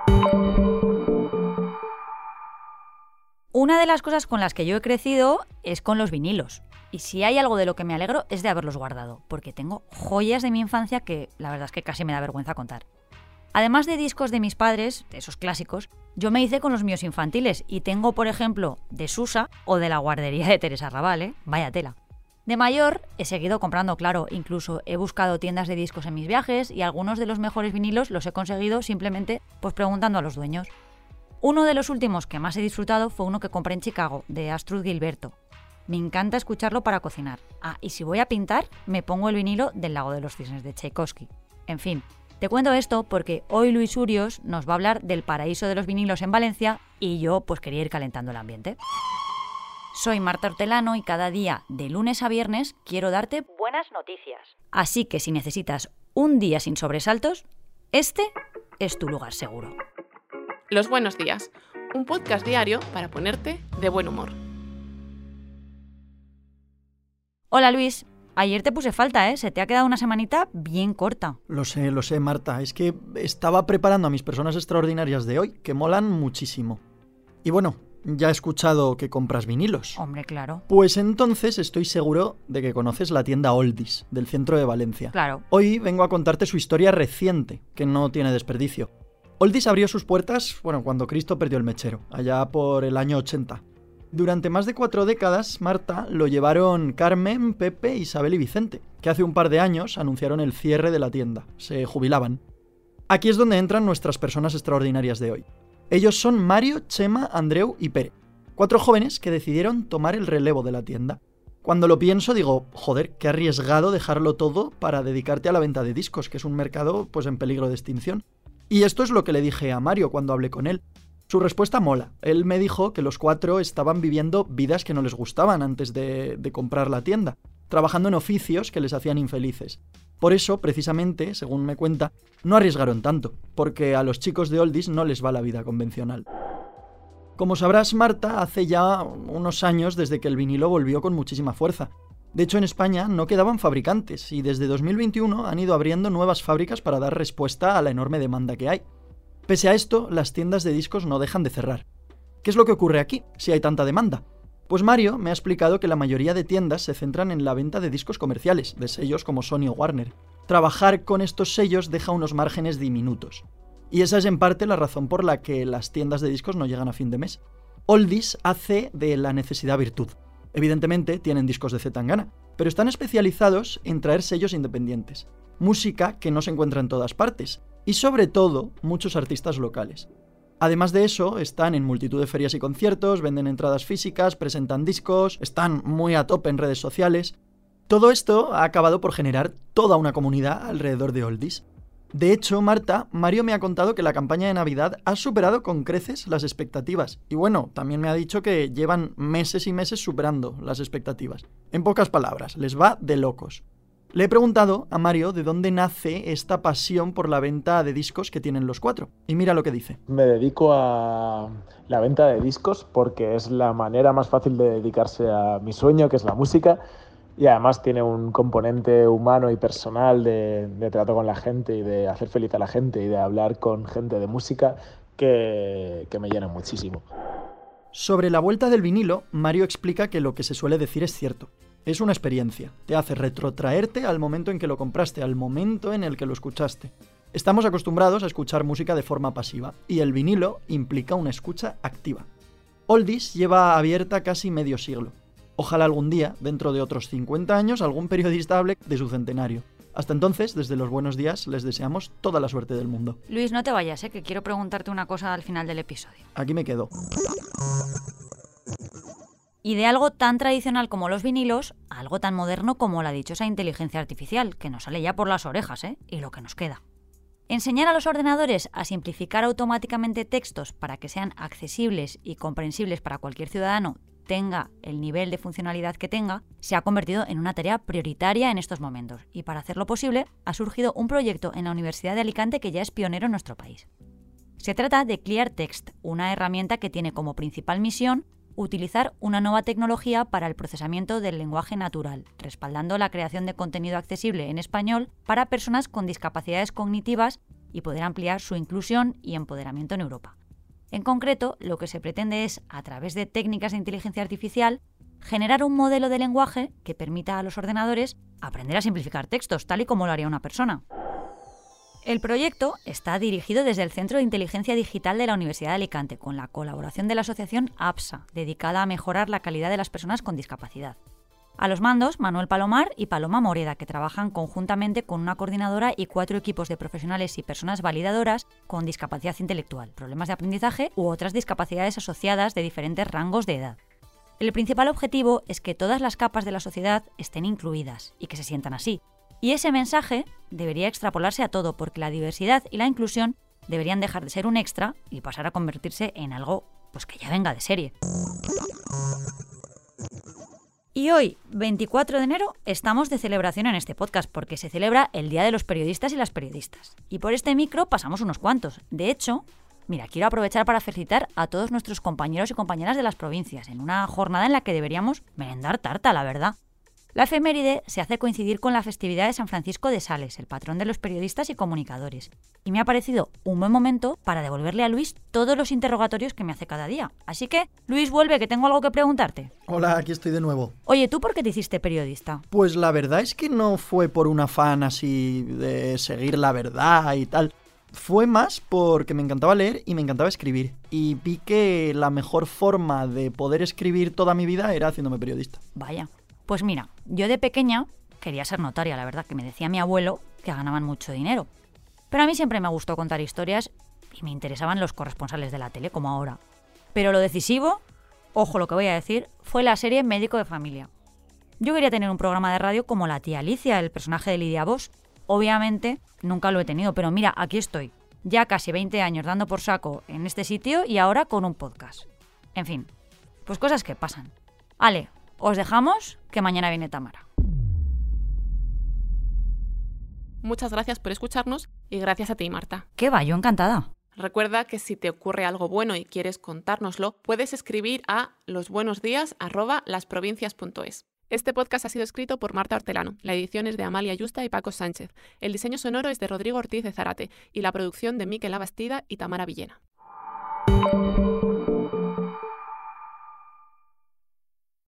Una de las cosas con las que yo he crecido es con los vinilos. Y si hay algo de lo que me alegro es de haberlos guardado, porque tengo joyas de mi infancia que la verdad es que casi me da vergüenza contar. Además de discos de mis padres, de esos clásicos, yo me hice con los míos infantiles y tengo, por ejemplo, de Susa o de la guardería de Teresa Raval, vaya tela. De mayor he seguido comprando, claro, incluso he buscado tiendas de discos en mis viajes y algunos de los mejores vinilos los he conseguido simplemente pues preguntando a los dueños. Uno de los últimos que más he disfrutado fue uno que compré en Chicago, de Astrud Gilberto. Me encanta escucharlo para cocinar. Ah, y si voy a pintar, me pongo el vinilo del Lago de los Cisnes de Tchaikovsky. En fin, te cuento esto porque hoy Luis Urios nos va a hablar del paraíso de los vinilos en Valencia y yo pues quería ir calentando el ambiente. Soy Marta Hortelano y cada día, de lunes a viernes, quiero darte buenas noticias. Así que si necesitas un día sin sobresaltos, este es tu lugar seguro. Los buenos días, un podcast diario para ponerte de buen humor. Hola Luis, ayer te puse falta, se te ha quedado una semanita bien corta. Lo sé, Marta, es que estaba preparando a mis personas extraordinarias de hoy, que molan muchísimo. Y bueno, ya he escuchado que compras vinilos. Hombre, claro. Pues entonces estoy seguro de que conoces la tienda Oldies, del centro de Valencia. Claro. Hoy vengo a contarte su historia reciente, que no tiene desperdicio. Oldies abrió sus puertas, cuando Cristo perdió el mechero, allá por el año 80. Durante más de 4 décadas, Marta, lo llevaron Carmen, Pepe, Isabel y Vicente, que hace un par de años anunciaron el cierre de la tienda. Se jubilaban. Aquí es donde entran nuestras personas extraordinarias de hoy. Ellos son Mario, Chema, Andreu y Pere. 4 jóvenes que decidieron tomar el relevo de la tienda. Cuando lo pienso digo, joder, qué arriesgado dejarlo todo para dedicarte a la venta de discos, que es un mercado pues en peligro de extinción. Y esto es lo que le dije a Mario cuando hablé con él. Su respuesta mola. Él me dijo que los 4 estaban viviendo vidas que no les gustaban antes de comprar la tienda, trabajando en oficios que les hacían infelices. Por eso, precisamente, según me cuenta, no arriesgaron tanto, porque a los chicos de Oldies no les va la vida convencional. Como sabrás, Marta, hace ya unos años desde que el vinilo volvió con muchísima fuerza. De hecho, en España no quedaban fabricantes y desde 2021 han ido abriendo nuevas fábricas para dar respuesta a la enorme demanda que hay. Pese a esto, las tiendas de discos no dejan de cerrar. ¿Qué es lo que ocurre aquí, si hay tanta demanda? Pues Mario me ha explicado que la mayoría de tiendas se centran en la venta de discos comerciales, de sellos como Sony o Warner. Trabajar con estos sellos deja unos márgenes diminutos. Y esa es en parte la razón por la que las tiendas de discos no llegan a fin de mes. Oldies hace de la necesidad virtud. Evidentemente tienen discos de Zetangana, pero están especializados en traer sellos independientes. Música que no se encuentra en todas partes. Y sobre todo, muchos artistas locales. Además de eso, están en multitud de ferias y conciertos, venden entradas físicas, presentan discos, están muy a tope en redes sociales. Todo esto ha acabado por generar toda una comunidad alrededor de Oldies. De hecho, Marta, Mario me ha contado que la campaña de Navidad ha superado con creces las expectativas. Y bueno, también me ha dicho que llevan meses y meses superando las expectativas. En pocas palabras, les va de locos. Le he preguntado a Mario de dónde nace esta pasión por la venta de discos que tienen los 4. Y mira lo que dice. Me dedico a la venta de discos porque es la manera más fácil de dedicarse a mi sueño, que es la música. Y además tiene un componente humano y personal de trato con la gente y de hacer feliz a la gente y de hablar con gente de música que me llena muchísimo. Sobre la vuelta del vinilo, Mario explica que lo que se suele decir es cierto. Es una experiencia, te hace retrotraerte al momento en que lo compraste, al momento en el que lo escuchaste. Estamos acostumbrados a escuchar música de forma pasiva, y el vinilo implica una escucha activa. Oldies lleva abierta casi medio siglo. Ojalá algún día, dentro de otros 50 años, algún periodista hable de su centenario. Hasta entonces, desde los buenos días, les deseamos toda la suerte del mundo. Luis, no te vayas, que quiero preguntarte una cosa al final del episodio. Aquí me quedo. Y de algo tan tradicional como los vinilos, a algo tan moderno como la dichosa inteligencia artificial, que nos sale ya por las orejas, y lo que nos queda. Enseñar a los ordenadores a simplificar automáticamente textos para que sean accesibles y comprensibles para cualquier ciudadano, tenga el nivel de funcionalidad que tenga, se ha convertido en una tarea prioritaria en estos momentos. Y para hacerlo posible, ha surgido un proyecto en la Universidad de Alicante que ya es pionero en nuestro país. Se trata de ClearText, una herramienta que tiene como principal misión utilizar una nueva tecnología para el procesamiento del lenguaje natural, respaldando la creación de contenido accesible en español para personas con discapacidades cognitivas y poder ampliar su inclusión y empoderamiento en Europa. En concreto, lo que se pretende es, a través de técnicas de inteligencia artificial, generar un modelo de lenguaje que permita a los ordenadores aprender a simplificar textos, tal y como lo haría una persona. El proyecto está dirigido desde el Centro de Inteligencia Digital de la Universidad de Alicante, con la colaboración de la asociación APSA, dedicada a mejorar la calidad de las personas con discapacidad. A los mandos, Manuel Palomar y Paloma Moreda, que trabajan conjuntamente con una coordinadora y 4 equipos de profesionales y personas validadoras con discapacidad intelectual, problemas de aprendizaje u otras discapacidades asociadas de diferentes rangos de edad. El principal objetivo es que todas las capas de la sociedad estén incluidas y que se sientan así. Y ese mensaje debería extrapolarse a todo, porque la diversidad y la inclusión deberían dejar de ser un extra y pasar a convertirse en algo que ya venga de serie. Y hoy, 24 de enero, estamos de celebración en este podcast porque se celebra el Día de los Periodistas y las Periodistas. Y por este micro pasamos unos cuantos. De hecho, mira, quiero aprovechar para felicitar a todos nuestros compañeros y compañeras de las provincias en una jornada en la que deberíamos merendar tarta, la verdad. La efeméride se hace coincidir con la festividad de San Francisco de Sales, el patrón de los periodistas y comunicadores. Y me ha parecido un buen momento para devolverle a Luis todos los interrogatorios que me hace cada día. Así que, Luis, vuelve, que tengo algo que preguntarte. Hola, aquí estoy de nuevo. Oye, ¿tú por qué te hiciste periodista? Pues la verdad es que no fue por un afán así de seguir la verdad y tal. Fue más porque me encantaba leer y me encantaba escribir. Y vi que la mejor forma de poder escribir toda mi vida era haciéndome periodista. Vaya. Pues mira, yo de pequeña quería ser notaria, la verdad, que me decía mi abuelo que ganaban mucho dinero. Pero a mí siempre me gustó contar historias y me interesaban los corresponsales de la tele, como ahora. Pero lo decisivo, ojo lo que voy a decir, fue la serie Médico de Familia. Yo quería tener un programa de radio como la tía Alicia, el personaje de Lidia Bosch. Obviamente nunca lo he tenido, pero mira, aquí estoy. Ya casi 20 años dando por saco en este sitio y ahora con un podcast. En fin, pues cosas que pasan. Ale, os dejamos, que mañana viene Tamara. Muchas gracias por escucharnos y gracias a ti, Marta. ¿Qué va? Yo encantada. Recuerda que si te ocurre algo bueno y quieres contárnoslo, puedes escribir a losbuenosdias@lasprovincias.es. Este podcast ha sido escrito por Marta Hortelano, la edición es de Amalia Yusta y Paco Sánchez, el diseño sonoro es de Rodrigo Ortiz de Zarate y la producción de Miquel Abastida y Tamara Villena.